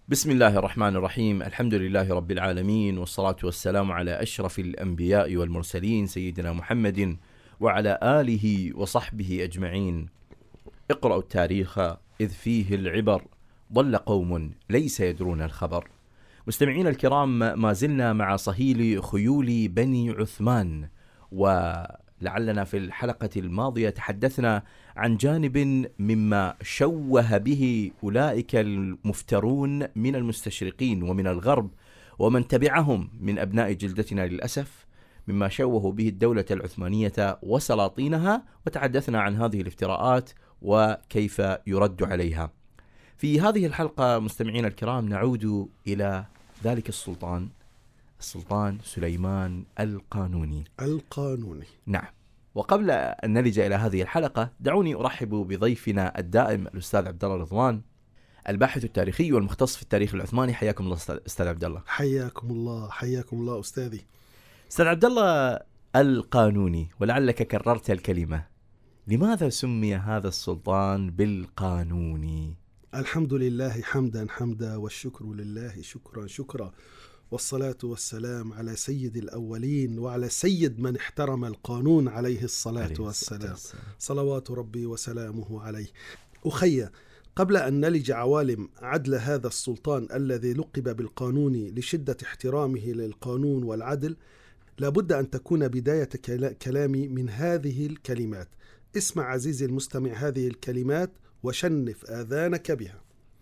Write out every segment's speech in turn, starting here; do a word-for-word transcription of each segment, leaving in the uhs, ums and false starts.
بسم الله الرحمن الرحيم. الحمد لله رب العالمين، والصلاة والسلام على أشرف الأنبياء والمرسلين سيدنا محمد وعلى آله وصحبه أجمعين. اقرأوا التاريخ إذ فيه العبر، ضل قوم ليس يدرون الخبر. مستمعين الكرام، ما زلنا مع صهيل خيول بني عثمان، ولعلنا في الحلقة الماضية تحدثنا عن جانب مما شوه به أولئك المفترون من المستشرقين ومن الغرب ومن تبعهم من أبناء جلدتنا للأسف، مما شوه به الدولة العثمانية وسلاطينها، وتحدثنا عن هذه الافتراءات وكيف يرد عليها. في هذه الحلقة مستمعين الكرام نعود إلى ذلك السلطان، السلطان سليمان القانوني. القانوني نعم. وقبل أن نلجأ إلى هذه الحلقة دعوني أرحب بضيفنا الدائم الأستاذ عبد الله رضوان، الباحث التاريخي والمختص في التاريخ العثماني. حياكم الله أستاذ عبد الله. حياكم الله حياكم الله أستاذي. أستاذ عبد الله، القانوني، ولعلك كررت الكلمة، لماذا سمي هذا السلطان بالقانوني؟ الحمد لله حمدا حمدا، والشكر لله شكرا شكرا، والصلاة والسلام على سيد الأولين وعلى سيد من احترم القانون عليه الصلاة عليه والسلام. السلام. صلوات ربي وسلامه عليه. أخي، قبل أن نلج عوالم عدل هذا السلطان الذي لقب بالقانوني لشدة احترامه للقانون والعدل، لابد أن تكون بداية كلامي من هذه الكلمات. اسمع عزيزي المستمع هذه الكلمات وشنف آذانك بها.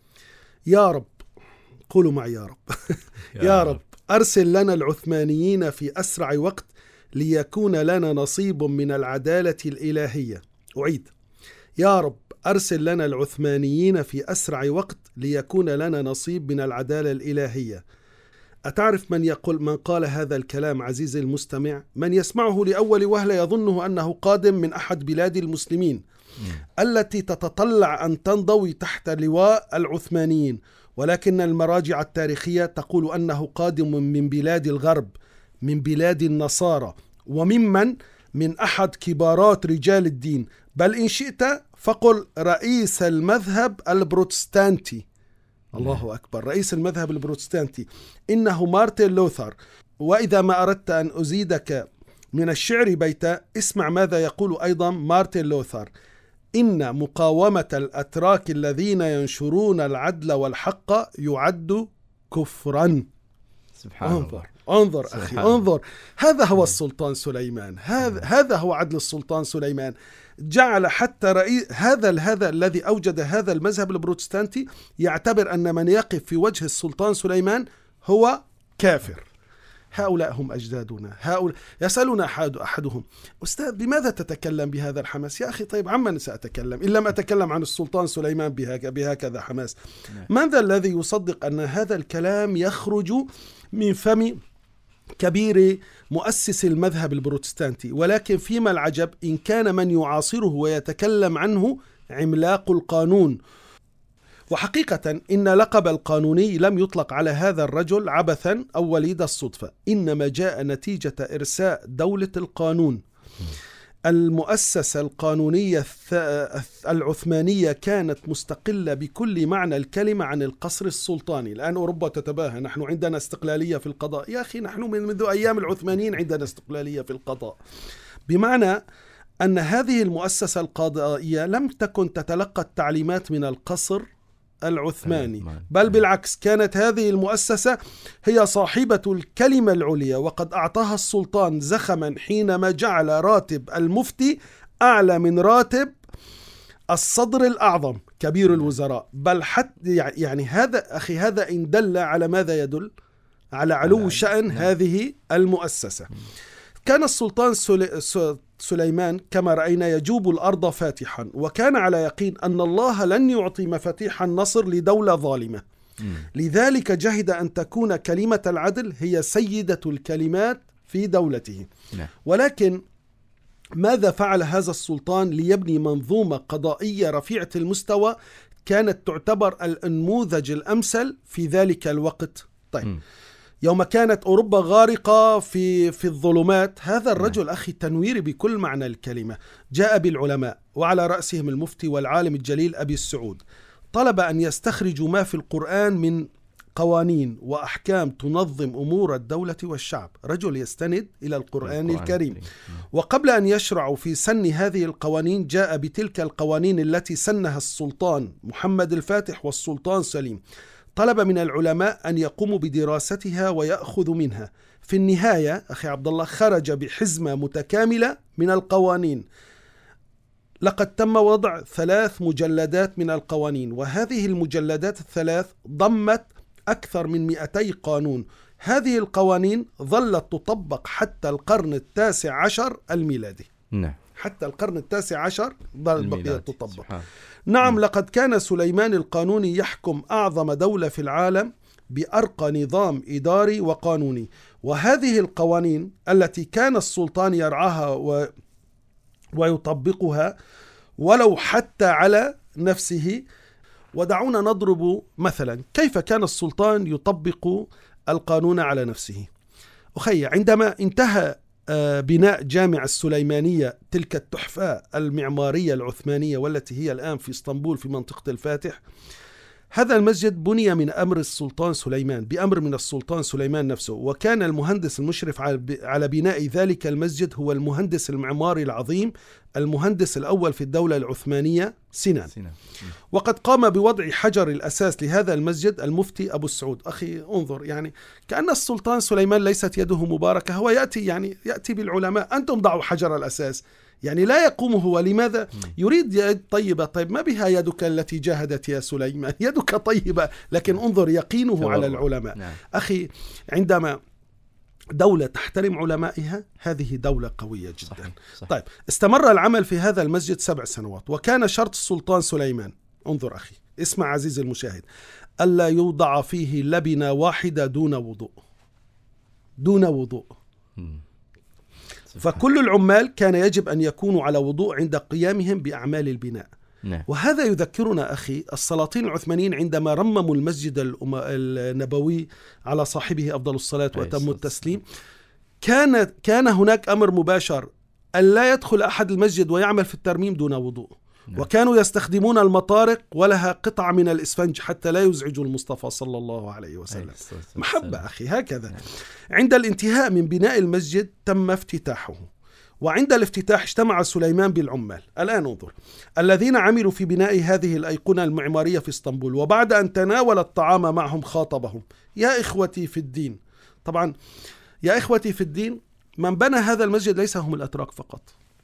يا رب، قولوا معي يا رب. يا, يا رب أرسل لنا العثمانيين في أسرع وقت ليكون لنا نصيب من العدالة الإلهية. أعيد: يا رب أرسل لنا العثمانيين في أسرع وقت ليكون لنا نصيب من العدالة الإلهية. أتعرف من يقول من قال هذا الكلام عزيزي المستمع؟ من يسمعه لأول وهلة يظنه أنه قادم من أحد بلاد المسلمين التي تتطلع أن تنضوي تحت لواء العثمانيين، ولكن المراجع التاريخية تقول أنه قادم من بلاد الغرب، من بلاد النصارى، وممن من أحد كبارات رجال الدين، بل إن شئت فقل رئيس المذهب البروتستانتي. الله أكبر، رئيس المذهب البروتستانتي إنه مارتن لوثر. وإذا ما أردت أن أزيدك من الشعر بيتا، اسمع ماذا يقول أيضا مارتن لوثر: إن مقاومة الأتراك الذين ينشرون العدل والحق يعد كفرا. سبحان انظر الله. انظر أخي انظر. هذا هو السلطان سليمان، هذا هذا هو عدل السلطان سليمان. جعل حتى رئيس هذا هذا الذي أوجد هذا المذهب البروتستانتي يعتبر أن من يقف في وجه السلطان سليمان هو كافر. هؤلاء هم أجدادنا. هؤلاء يسألنا أحد أحدهم: أستاذ بماذا تتكلم بهذا الحماس؟ يا أخي طيب عمن سأتكلم إن لم أتكلم عن السلطان سليمان بهكذا حماس؟ من ذا الذي يصدق أن هذا الكلام يخرج من فم كبير مؤسس المذهب البروتستانتي؟ ولكن فيما العجب إن كان من يعاصره ويتكلم عنه عملاق القانون. وحقيقة إن لقب القانوني لم يطلق على هذا الرجل عبثا أو وليد الصدفة، إنما جاء نتيجة إرساء دولة القانون. المؤسسة القانونية العثمانية كانت مستقلة بكل معنى الكلمة عن القصر السلطاني. الآن أوروبا تتباهى: نحن عندنا استقلالية في القضاء. يا أخي نحن منذ أيام العثمانيين عندنا استقلالية في القضاء، بمعنى أن هذه المؤسسة القضائية لم تكن تتلقى التعليمات من القصر العثماني، بل بالعكس، كانت هذه المؤسسة هي صاحبة الكلمة العليا، وقد أعطاها السلطان زخما حينما جعل راتب المفتي أعلى من راتب الصدر الأعظم كبير الوزراء. بل حتى يعني هذا أخي هذا إن دل على ماذا يدل؟ على علو شأن هذه المؤسسة. كان السلطان سليمان كما رأينا يجوب الأرض فاتحا، وكان على يقين أن الله لن يعطي مفاتيح النصر لدولة ظالمة. لذلك جهد أن تكون كلمة العدل هي سيدة الكلمات في دولته. ولكن ماذا فعل هذا السلطان ليبني منظومة قضائية رفيعة المستوى كانت تعتبر النموذج الأمثل في ذلك الوقت؟ طيب، يوم كانت أوروبا غارقة في في الظلمات، هذا الرجل أخي تنويري بكل معنى الكلمة جاء بالعلماء وعلى رأسهم المفتي والعالم الجليل أبي السعود، طلب أن يستخرجوا ما في القرآن من قوانين وأحكام تنظم أمور الدولة والشعب، رجل يستند إلى القرآن الكريم. وقبل أن يشرع في سن هذه القوانين جاء بتلك القوانين التي سنها السلطان محمد الفاتح والسلطان سليم، طلب من العلماء أن يقوموا بدراستها ويأخذوا منها. في النهاية أخي عبد الله خرج بحزمة متكاملة من القوانين. لقد تم وضع ثلاث مجلدات من القوانين، وهذه المجلدات الثلاث ضمت أكثر من مئتي قانون. هذه القوانين ظلت تطبق حتى القرن التاسع عشر الميلادي. نعم. حتى القرن التاسع عشر ظلت بقيت تطبق. سبحان. نعم. لقد كان سليمان القانوني يحكم أعظم دولة في العالم بأرقى نظام إداري وقانوني، وهذه القوانين التي كان السلطان يرعاها و... ويطبقها ولو حتى على نفسه. ودعونا نضرب مثلا كيف كان السلطان يطبق القانون على نفسه. أخي، عندما انتهى بناء جامع السليمانية، تلك التحفة المعمارية العثمانية والتي هي الآن في اسطنبول في منطقة الفاتح، هذا المسجد بني من أمر السلطان سليمان، بأمر من السلطان سليمان نفسه، وكان المهندس المشرف على بناء ذلك المسجد هو المهندس المعماري العظيم، المهندس الأول في الدولة العثمانية سنان. سنان. وقد قام بوضع حجر الأساس لهذا المسجد المفتي أبو السعود. أخي انظر، يعني كأن السلطان سليمان ليست يده مباركة، هو يأتي يعني يأتي بالعلماء، أنتم ضعوا حجر الأساس، يعني لا يقوم هو. لماذا؟ يريد يد طيبة. طيب ما بها يدك التي جاهدت يا سليمان؟ يدك طيبة، لكن انظر يقينه على العلماء. نعم. أخي، عندما دولة تحترم علمائها هذه دولة قوية جدا. صحيح. صحيح. طيب، استمر العمل في هذا المسجد سبع سنوات، وكان شرط السلطان سليمان، انظر أخي، اسمع عزيزي المشاهد، ألا يوضع فيه لبنة واحدة دون وضوء، دون وضوء. فكل العمال كان يجب أن يكونوا على وضوء عند قيامهم بأعمال البناء. نعم. وهذا يذكرنا أخي السلاطين العثمانيين عندما رمموا المسجد النبوي على صاحبه أفضل الصلاة وأتم التسليم، كان كان هناك أمر مباشر أن لا يدخل أحد المسجد ويعمل في الترميم دون وضوء. نعم. وكانوا يستخدمون المطارق ولها قطع من الإسفنج حتى لا يزعجوا المصطفى صلى الله عليه وسلم. محبة أخي، هكذا. نعم. عند الانتهاء من بناء المسجد تم افتتاحه، وعند الافتتاح اجتمع سليمان بالعمال. الآن انظر، الذين عملوا في بناء هذه الأيقونة المعمارية في اسطنبول، وبعد أن تناول الطعام معهم خاطبهم: يا إخوتي في الدين. طبعا يا إخوتي في الدين، من بنى هذا المسجد ليس هم الأتراك فقط،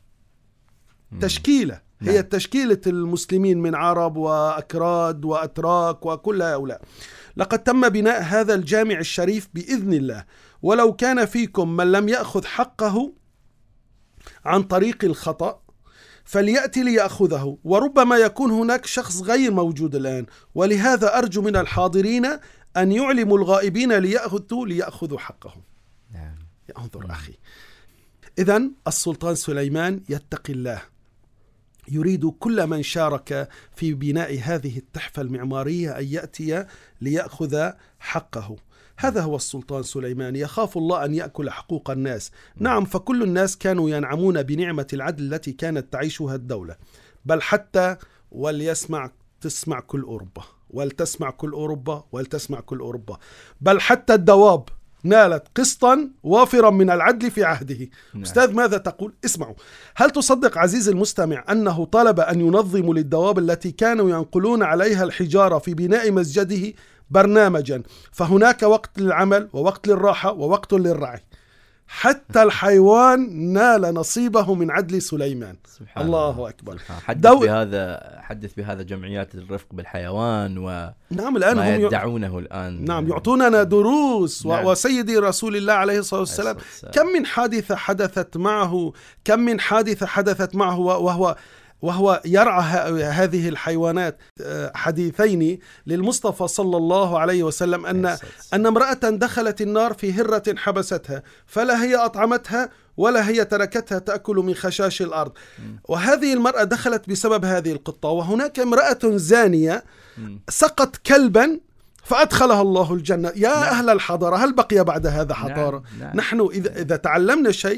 تشكيلة هي تشكيلة المسلمين من عرب وأكراد وأتراك وكل هؤلاء. لقد تم بناء هذا الجامع الشريف بإذن الله، ولو كان فيكم من لم يأخذ حقه عن طريق الخطأ فليأتي ليأخذه، وربما يكون هناك شخص غير موجود الآن، ولهذا أرجو من الحاضرين أن يعلموا الغائبين ليأخذوا ليأخذوا حقهم. نعم. انظر أخي، إذن السلطان سليمان يتقي الله، يريد كل من شارك في بناء هذه التحفة المعمارية أن يأتي ليأخذ حقه. هذا هو السلطان سليمان، يخاف الله أن يأكل حقوق الناس. نعم، فكل الناس كانوا ينعمون بنعمة العدل التي كانت تعيشها الدولة، بل حتى وليسمع تسمع كل أوروبا، ولتسمع كل أوروبا، ولتسمع كل أوروبا، بل حتى الدواب نالت قسطا وافرا من العدل في عهده. نعم. أستاذ ماذا تقول؟ اسمعوا. هل تصدق عزيزي المستمع أنه طلب أن ينظموا للدواب التي كانوا ينقلون عليها الحجارة في بناء مسجده برنامجا، فهناك وقت للعمل ووقت للراحة ووقت للرعي. حتى الحيوان نال نصيبه من عدل سليمان. سبحان الله, الله أكبر. حدث دو... بهذا حدث بهذا جمعيات الرفق بالحيوان و نعم الآن ما هم يدعونه الآن. نعم، يعطوننا دروس. نعم. وسيدي رسول الله عليه الصلاة والسلام كم من حادثة حدثت معه، كم من حادثة حدثت معه وهو وهو يرعى هذه الحيوانات. حديثين للمصطفى صلى الله عليه وسلم أن أن امرأة دخلت النار في هرة حبستها، فلا هي أطعمتها ولا هي تركتها تأكل من خشاش الأرض، وهذه المرأة دخلت بسبب هذه القطة. وهناك امرأة زانية سقط كلبا فأدخلها الله الجنة. يا نعم. أهل الحضارة، هل بقي بعد هذا حضارة؟ نعم. نعم. نحن إذا, إذا تعلمنا شيء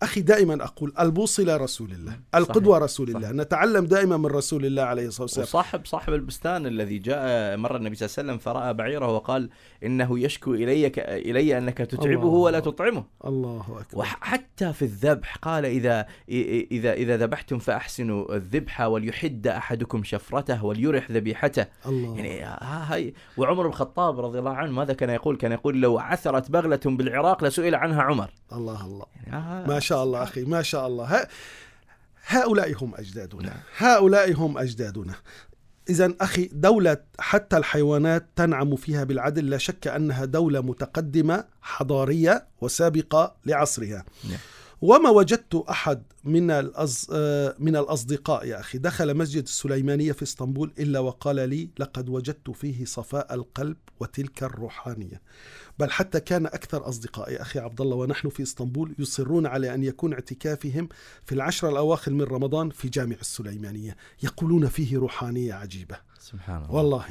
أخي دائما أقول البوصلة رسول الله، القدوة رسول الله، صحيح. نتعلم دائما من رسول الله عليه الصلاة والسلام. وصاحب صاحب البستان الذي جاء مرة النبي صلى الله عليه وسلم فرأى بعيره وقال إنه يشكو إليك إلي أنك تتعبه ولا تطعمه. الله أكبر. وحتى في الذبح قال إذا إذا إذا ذبحتم فأحسنوا الذبح وليحد أحدكم شفرته وليرح ذبيحته. الله. يعني هاي. وعمر بن الخطاب رضي الله عنه ماذا كان يقول؟ كان يقول لو عثرت بغلة بالعراق لسئل عنها عمر. الله الله. يعني ما شاء الله أخي، ما شاء الله. ها هؤلاء هم أجدادنا، هؤلاء هم أجدادنا. إذن أخي، دولة حتى الحيوانات تنعم فيها بالعدل، لا شك أنها دولة متقدمة حضارية وسابقة لعصرها. وما وجدت أحد من الأص... من الأصدقاء يا أخي دخل مسجد السليمانية في اسطنبول إلا وقال لي لقد وجدت فيه صفاء القلب وتلك الروحانية. بل حتى كان أكثر أصدقائي أخي عبد الله ونحن في اسطنبول يصرون على أن يكون اعتكافهم في العشر الأواخر من رمضان في جامع السليمانية، يقولون فيه روحانية عجيبة. سبحان الله. والله.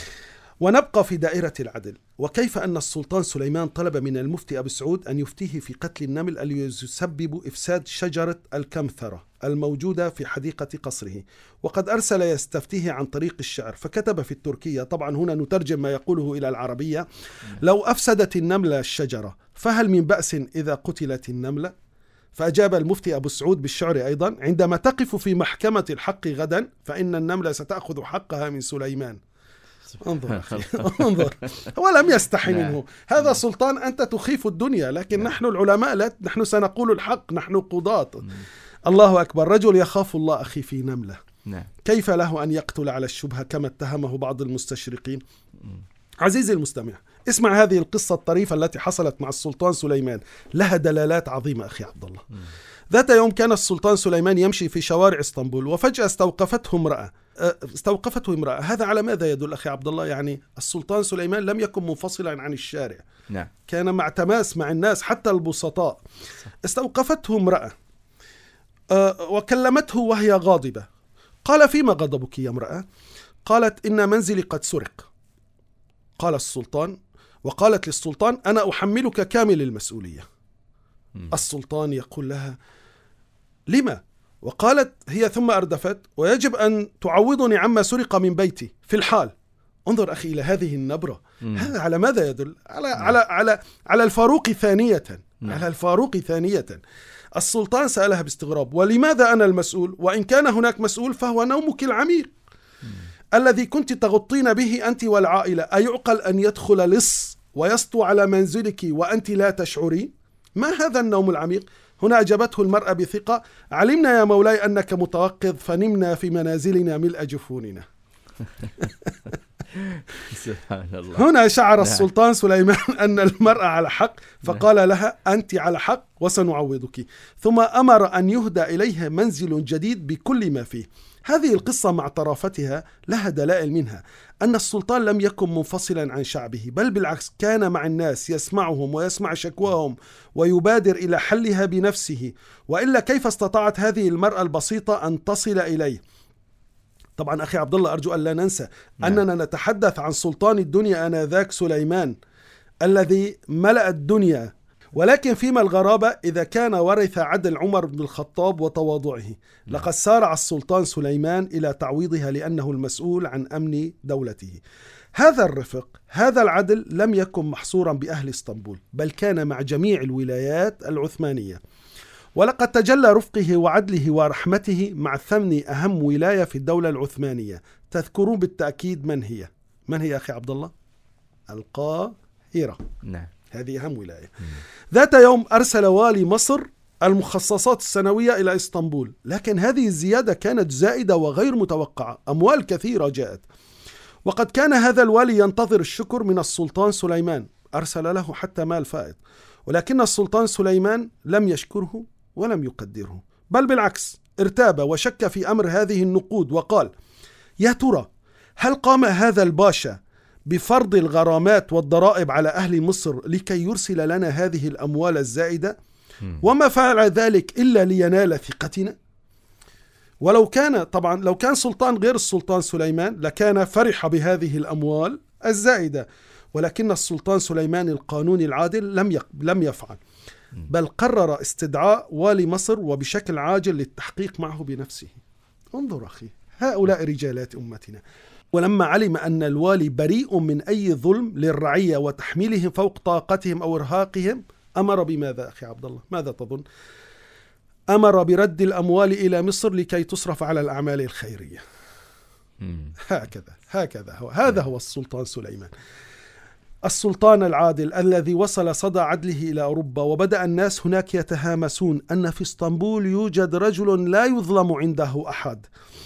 ونبقى في دائرة العدل، وكيف أن السلطان سليمان طلب من المفتي أبو سعود أن يفتيه في قتل النمل الذي يسبب إفساد شجرة الكمثرة الموجودة في حديقة قصره، وقد أرسل يستفتيه عن طريق الشعر، فكتب في التركية، طبعا هنا نترجم ما يقوله إلى العربية: لو أفسدت النملة الشجرة فهل من بأس إذا قتلت النملة؟ فأجاب المفتي أبو سعود بالشعر أيضا: عندما تقف في محكمة الحق غدا فإن النملة ستأخذ حقها من سليمان. انظر أخي انظر، ولم يستحي منه. هذا سلطان أنت تخيف الدنيا، لكن نحن العلماء لا، نحن سنقول الحق، نحن قضاة. الله أكبر. رجل يخاف الله أخي في نملة، كيف له أن يقتل على الشبهة كما اتهمه بعض المستشرقين؟ عزيزي المستمع، اسمع هذه القصة الطريفة التي حصلت مع السلطان سليمان، لها دلالات عظيمة أخي عبد الله. ذات يوم كان السلطان سليمان يمشي في شوارع اسطنبول، وفجأة استوقفته امرأة استوقفته امرأة هذا على ماذا يدل أخي عبد الله؟ يعني السلطان سليمان لم يكن منفصلا عن الشارع، نعم. كان مع تماس مع الناس حتى البسطاء. استوقفته امرأة وكلمته وهي غاضبة. قال: فيما غضبك يا امرأة؟ قالت: إن منزلي قد سرق. قال السلطان وقالت للسلطان: أنا أحملك كامل المسؤولية. السلطان يقول لها: لما؟ وقالت هي ثم أردفت: ويجب أن تعوضني عما سرق من بيتي في الحال. انظر أخي إلى هذه النبرة. مم. هذا على ماذا يدل؟ على مم. على على على الفاروق ثانية. مم. على الفاروق ثانية. السلطان سألها باستغراب: ولماذا أنا المسؤول؟ وإن كان هناك مسؤول فهو نومك العميق مم. الذي كنت تغطين به أنت والعائلة. أيعقل أن يدخل لص ويسطو على منزلك وأنت لا تشعرين؟ ما هذا النوم العميق؟ هنا أجابته المرأة بثقة: علمنا يا مولاي أنك متوقظ فنمنا في منازلنا ملء جفوننا. سبحان الله. هنا شعر السلطان سليمان أن المرأة على حق، فقال لها: أنت على حق وسنعوضك. ثم أمر أن يهدى إليها منزل جديد بكل ما فيه. هذه القصة مع طرافتها لها دلائل، منها أن السلطان لم يكن منفصلا عن شعبه، بل بالعكس كان مع الناس، يسمعهم ويسمع شكواهم ويبادر إلى حلها بنفسه، وإلا كيف استطاعت هذه المرأة البسيطة أن تصل إليه؟ طبعا أخي عبد الله، أرجو أن لا ننسى أننا نتحدث عن سلطان الدنيا آنذاك سليمان الذي ملأ الدنيا، ولكن فيما الغرابة إذا كان ورث عدل عمر بن الخطاب وتواضعه. لقد سارع السلطان سليمان إلى تعويضها لأنه المسؤول عن أمن دولته. هذا الرفق، هذا العدل لم يكن محصورا بأهل اسطنبول، بل كان مع جميع الولايات العثمانية. ولقد تجلى رفقه وعدله ورحمته مع ثمن أهم ولاية في الدولة العثمانية. تذكرون بالتأكيد من هي؟ من هي أخي عبد الله؟ القاهرة. نعم. هذه أهم ولاية. مم. ذات يوم أرسل والي مصر المخصصات السنوية إلى اسطنبول، لكن هذه الزيادة كانت زائدة وغير متوقعة، أموال كثيرة جاءت. وقد كان هذا الوالي ينتظر الشكر من السلطان سليمان، أرسل له حتى مال فائض، ولكن السلطان سليمان لم يشكره ولم يقدره، بل بالعكس ارتاب وشك في أمر هذه النقود، وقال: يا ترى هل قام هذا الباشا بفرض الغرامات والضرائب على أهل مصر لكي يرسل لنا هذه الأموال الزائدة؟ وما فعل ذلك إلا لينال ثقتنا؟ ولو كان طبعا لو كان سلطان غير السلطان سليمان لكان فرح بهذه الأموال الزائدة، ولكن السلطان سليمان القانوني العادل لم لم يفعل. بل قرر استدعاء والي مصر وبشكل عاجل للتحقيق معه بنفسه. انظر أخي، هؤلاء رجالات أمتنا. ولما علم أن الوالي بريء من أي ظلم للرعية وتحميلهم فوق طاقتهم أو إرهاقهم، أمر بماذا أخي عبد الله؟ ماذا تظن؟ أمر برد الأموال إلى مصر لكي تصرف على الأعمال الخيرية. هكذا هكذا هو هذا هو السلطان سليمان، السلطان العادل الذي وصل صدى عدله إلى أوروبا، وبدأ الناس هناك يتهامسون أن في اسطنبول يوجد رجل لا يظلم عنده أحد.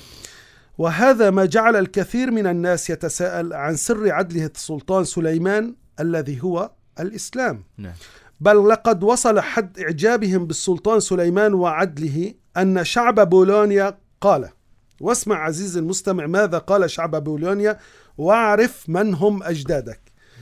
وهذا ما جعل الكثير من الناس يتساءل عن سر عدله السلطان سليمان الذي هو الإسلام. بل لقد وصل حد إعجابهم بالسلطان سليمان وعدله أن شعب بولونيا قال، واسمع عزيزي المستمع ماذا قال شعب بولونيا، واعرف من هم أجدادك،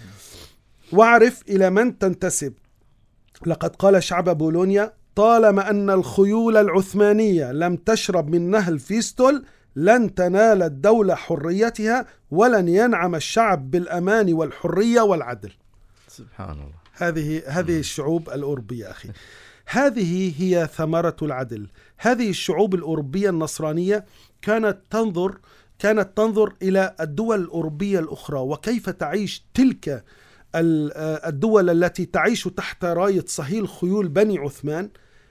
واعرف إلى من تنتسب. لقد قال شعب بولونيا: طالما أن الخيول العثمانية لم تشرب من نهر فيستول لن تنال الدولة حريتها، ولن ينعم الشعب بالأمان والحرية والعدل. سبحان الله. هذه هذه الشعوب الأوروبية أخي، هذه هي ثمرة العدل. هذه الشعوب الأوروبية النصرانية كانت تنظر كانت تنظر إلى الدول الأوروبية الأخرى وكيف تعيش تلك الدول التي تعيش تحت راية صهيل خيول بني عثمان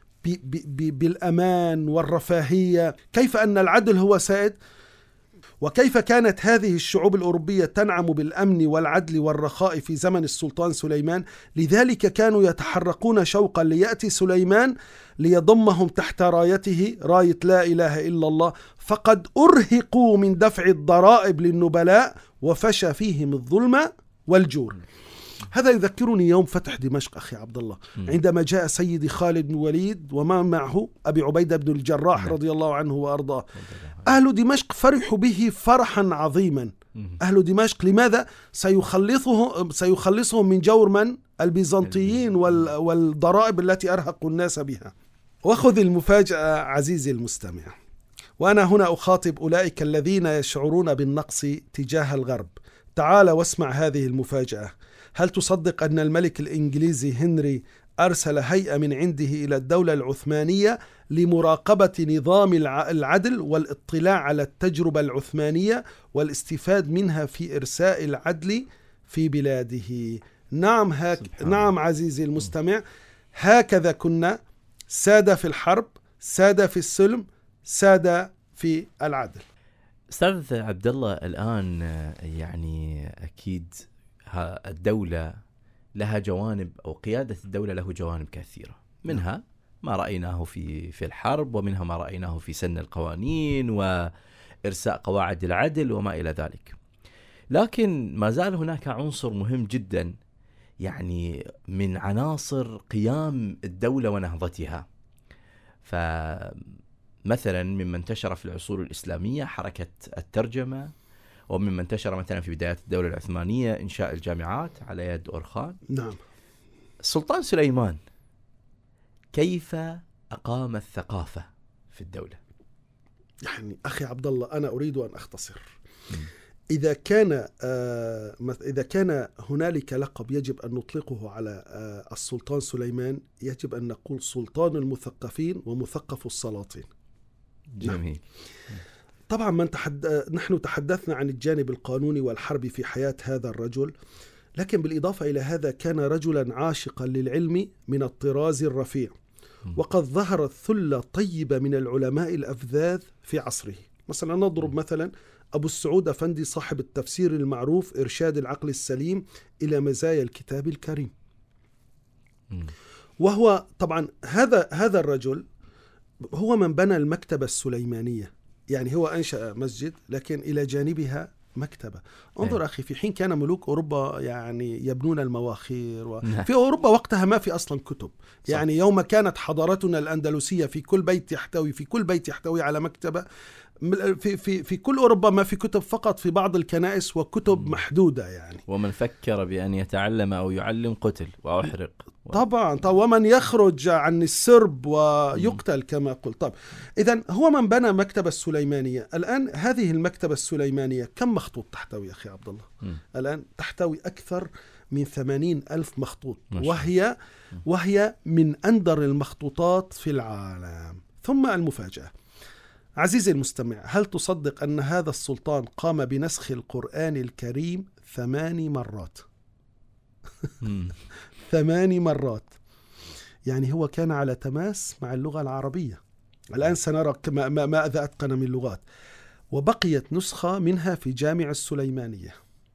بالأمان والرفاهية، كيف أن العدل هو سائد، وكيف كانت هذه الشعوب الأوروبية تنعم بالأمن والعدل والرخاء في زمن السلطان سليمان. لذلك كانوا يتحرقون شوقا ليأتي سليمان ليضمهم تحت رايته، راية لا إله إلا الله. فقد أرهقوا من دفع الضرائب للنبلاء وفشى فيهم الظلم والجور. هذا يذكرني يوم فتح دمشق أخي عبد الله، عندما جاء سيدي خالد بن وليد وما معه أبي عبيدة بن الجراح رضي الله عنه وأرضاه. أهل دمشق فرحوا به فرحا عظيما. أهل دمشق لماذا؟ سيخلصهم, سيخلصهم من جور من؟ البيزنطيين والضرائب التي أرهقوا الناس بها. وخذ المفاجأة عزيزي المستمع، وأنا هنا أخاطب أولئك الذين يشعرون بالنقص تجاه الغرب. تعال واسمع هذه المفاجأة. هل تصدق أن الملك الإنجليزي هنري أرسل هيئة من عنده إلى الدولة العثمانية لمراقبة نظام العدل والاطلاع على التجربة العثمانية والاستفاد منها في إرساء العدل في بلاده؟ نعم هك... نعم عزيزي المستمع، هكذا كنا، سادة في الحرب، سادة في السلم، سادة في العدل. أستاذ عبد الله، الآن يعني أكيد الدولة لها جوانب، أو قيادة الدولة له جوانب كثيرة، منها ما رأيناه في في الحرب، ومنها ما رأيناه في سن القوانين وإرساء قواعد العدل وما إلى ذلك. لكن ما زال هناك عنصر مهم جدا يعني من عناصر قيام الدولة ونهضتها. فمثلا مما انتشر في العصور الإسلامية حركة الترجمة، ومما انتشر مثلا في بدايات الدولة العثمانية إنشاء الجامعات على يد أورخان. نعم. السلطان سليمان كيف أقام الثقافة في الدولة؟ يعني أخي عبد الله، أنا أريد أن أختصر. م. إذا كان آه إذا كان هنالك لقب يجب أن نطلقه على آه السلطان سليمان، يجب أن نقول سلطان المثقفين ومثقف السلاطين. جميل. نعم. طبعا من تحد... نحن تحدثنا عن الجانب القانوني والحربي في حياة هذا الرجل، لكن بالإضافة إلى هذا كان رجلا عاشقا للعلم من الطراز الرفيع، وقد ظهرت ثلة طيبة من العلماء الأفذاذ في عصره. مثلا نضرب مثلا أبو السعود أفندي صاحب التفسير المعروف إرشاد العقل السليم إلى مزايا الكتاب الكريم. وهو طبعا هذا هذا الرجل هو من بنى المكتبة السليمانية، يعني هو أنشأ مسجد لكن إلى جانبها مكتبة. انظر أخي، في حين كان ملوك أوروبا يعني يبنون المواخير، وفي أوروبا وقتها ما في أصلا كتب. يعني يوم كانت حضارتنا الأندلسية في كل بيت يحتوي في كل بيت يحتوي على مكتبة. في في في كل أوروبا ما في كتب، فقط في بعض الكنائس وكتب محدودة يعني. ومن فكر بأن يتعلم أو يعلم قتل وأحرق. طبعا طبعا ومن يخرج عن السرب ويقتل كما قلت. طب إذن هو من بنى مكتبة السليمانية. الآن هذه المكتبة السليمانية كم مخطوط تحتوي يا أخي عبد الله؟ م. الآن تحتوي أكثر من ثمانين ألف مخطوط، وهي وهي من أندر المخطوطات في العالم. ثم المفاجأة عزيزي المستمع، هل تصدق أن هذا السلطان قام بنسخ القرآن الكريم ثماني مرات؟ ثماني مرات. يعني هو كان على تماس مع اللغة العربية. الآن سنرى ماذا أتقن من لغات. وبقيت نسخة منها في جامع السليمانية.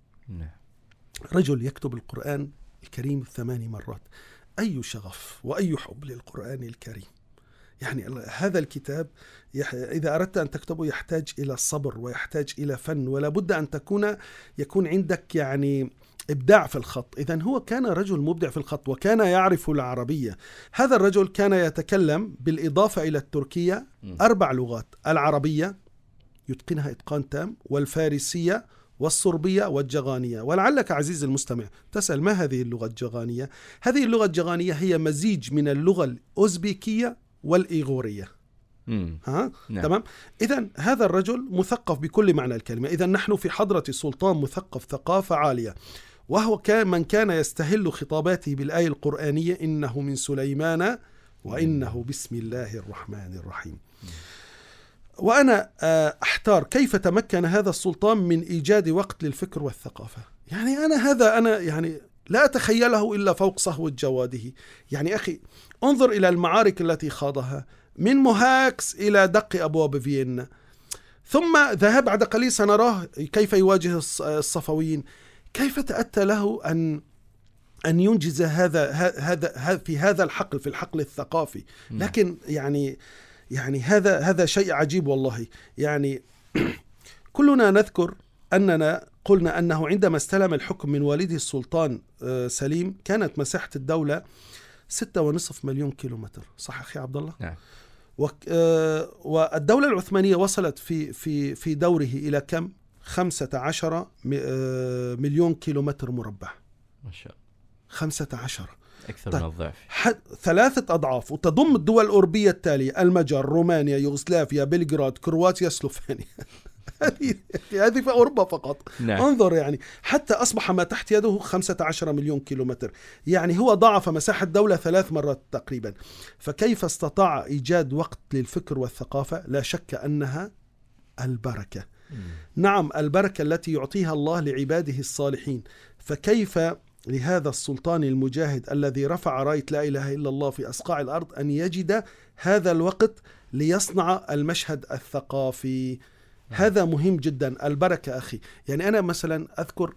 رجل يكتب القرآن الكريم ثماني مرات. أي شغف وأي حب للقرآن الكريم. يعني هذا الكتاب إذا أردت أن تكتبه يحتاج إلى صبر ويحتاج إلى فن، ولا بد أن تكون يكون عندك يعني إبداع في الخط. إذن هو كان رجل مبدع في الخط وكان يعرف العربية. هذا الرجل كان يتكلم بالإضافة إلى التركية أربع لغات: العربية يتقنها إتقان تام، والفارسية والصربية والجغانية. ولعلك عزيزي المستمع تسأل ما هذه اللغة الجغانية؟ هذه اللغة الجغانية هي مزيج من اللغة الأوزبيكية والإيغورية. ها؟ نعم. تمام. إذن هذا الرجل مثقف بكل معنى الكلمة. إذن نحن في حضرة سلطان مثقف ثقافة عالية، وهو كان من كان يستهل خطاباته بالآية القرآنية: إنه من سليمان وإنه بسم الله الرحمن الرحيم. وأنا أحتار كيف تمكن هذا السلطان من إيجاد وقت للفكر والثقافة. يعني أنا هذا أنا يعني لا أتخيله إلا فوق صهوة جواده. يعني أخي انظر إلى المعارك التي خاضها من موهاكس إلى دق أبواب فيينا، ثم ذهب بعد قليل سنراه كيف يواجه الصفويين. كيف تأتى له أن أن ينجز هذا هذا في هذا الحقل في الحقل الثقافي؟ لكن يعني يعني هذا هذا شيء عجيب والله. يعني كلنا نذكر أننا قلنا أنه عندما استلم الحكم من والده السلطان سليم كانت مساحة الدولة ستة ونصف مليون كيلومتر. صح أخي عبد الله؟ نعم. والدولة العثمانية وصلت في في في دوره إلى كم؟ خمسة عشر مليون كيلومتر مربع. ما شاء الله. خمسة عشر أكثر طيب. من الضعف. ثلاثة أضعاف. وتضم الدول الأوروبية التالية: المجر، رومانيا، يوغوسلافيا، بلغراد، كرواتيا، سلوفينيا. هذه هذه في أوروبا فقط. نعم. انظر يعني حتى أصبح ما تحت يده خمسة عشر مليون كيلومتر. يعني هو ضاعف مساحة الدولة ثلاث مرات تقريبا. فكيف استطاع إيجاد وقت للفكر والثقافة؟ لا شك أنها البركة. م. نعم، البركة التي يعطيها الله لعباده الصالحين. فكيف لهذا السلطان المجاهد الذي رفع راية لا إله إلا الله في أصقاع الأرض أن يجد هذا الوقت ليصنع المشهد الثقافي؟ هذا مهم جدا. البركة أخي. يعني أنا مثلا أذكر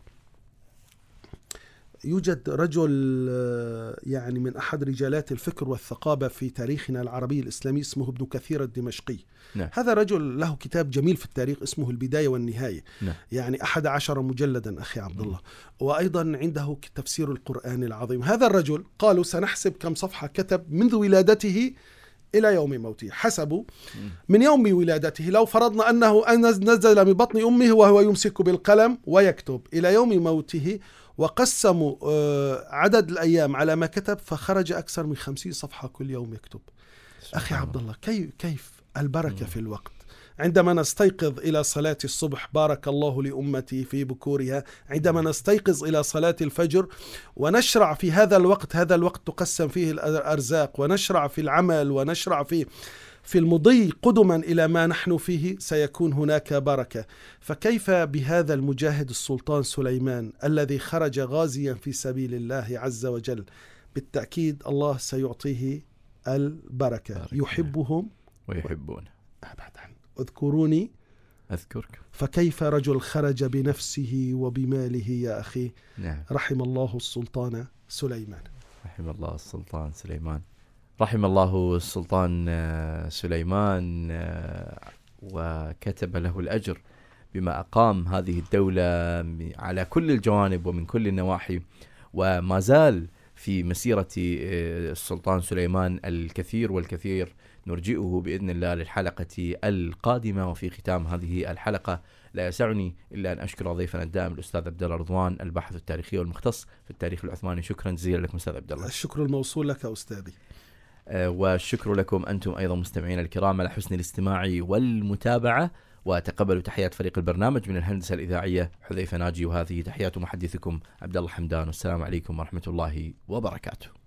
يوجد رجل يعني من أحد رجالات الفكر والثقافة في تاريخنا العربي الإسلامي اسمه ابن كثير الدمشقي. نعم. هذا رجل له كتاب جميل في التاريخ اسمه البداية والنهاية. نعم. يعني أحد عشر مجلدا أخي عبد الله. وأيضا عنده تفسير القرآن العظيم. هذا الرجل قالوا سنحسب كم صفحة كتب منذ ولادته إلى يوم موته. حسبوا من يوم ولادته، لو فرضنا أنه نزل من بطن أمه وهو يمسك بالقلم ويكتب إلى يوم موته، وقسموا عدد الأيام على ما كتب، فخرج أكثر من خمسين صفحة كل يوم يكتب. أخي عبد الله، كيف كيف البركة في الوقت. عندما نستيقظ إلى صلاة الصبح بارك الله لأمتي في بكورها. عندما نستيقظ إلى صلاة الفجر ونشرع في هذا الوقت، هذا الوقت تقسم فيه الأرزاق، ونشرع في العمل ونشرع في في المضي قدما إلى ما نحن فيه، سيكون هناك بركة. فكيف بهذا المجاهد السلطان سليمان الذي خرج غازيا في سبيل الله عز وجل؟ بالتأكيد الله سيعطيه البركة. بارك يحبهم ويحبون. أبدا. اذكروني أذكرك. فكيف رجل خرج بنفسه وبماله يا أخي. نعم. رحم الله السلطان سليمان. رحم الله السلطان سليمان. رحم الله السلطان سليمان وكتب له الأجر بما أقام هذه الدولة على كل الجوانب ومن كل النواحي. وما زال في مسيرة السلطان سليمان الكثير والكثير نرجئه بإذن الله للحلقة القادمة. وفي ختام هذه الحلقة لا يسعني إلا أن أشكر ضيفنا الدائم الأستاذ عبد الله رضوان، الباحث التاريخي والمختص في التاريخ العثماني. شكرا جزيلا لكم أستاذ عبد الله. الشكر الموصول لك أستاذي. والشكر لكم أنتم أيضا مستمعين الكرام على حسن الاستماع والمتابعة، وتقبلوا تحيات فريق البرنامج من الهندسة الإذاعية حذيفة ناجي، وهذه تحيات محدثكم عبد الله حمدان، والسلام عليكم ورحمة الله وبركاته.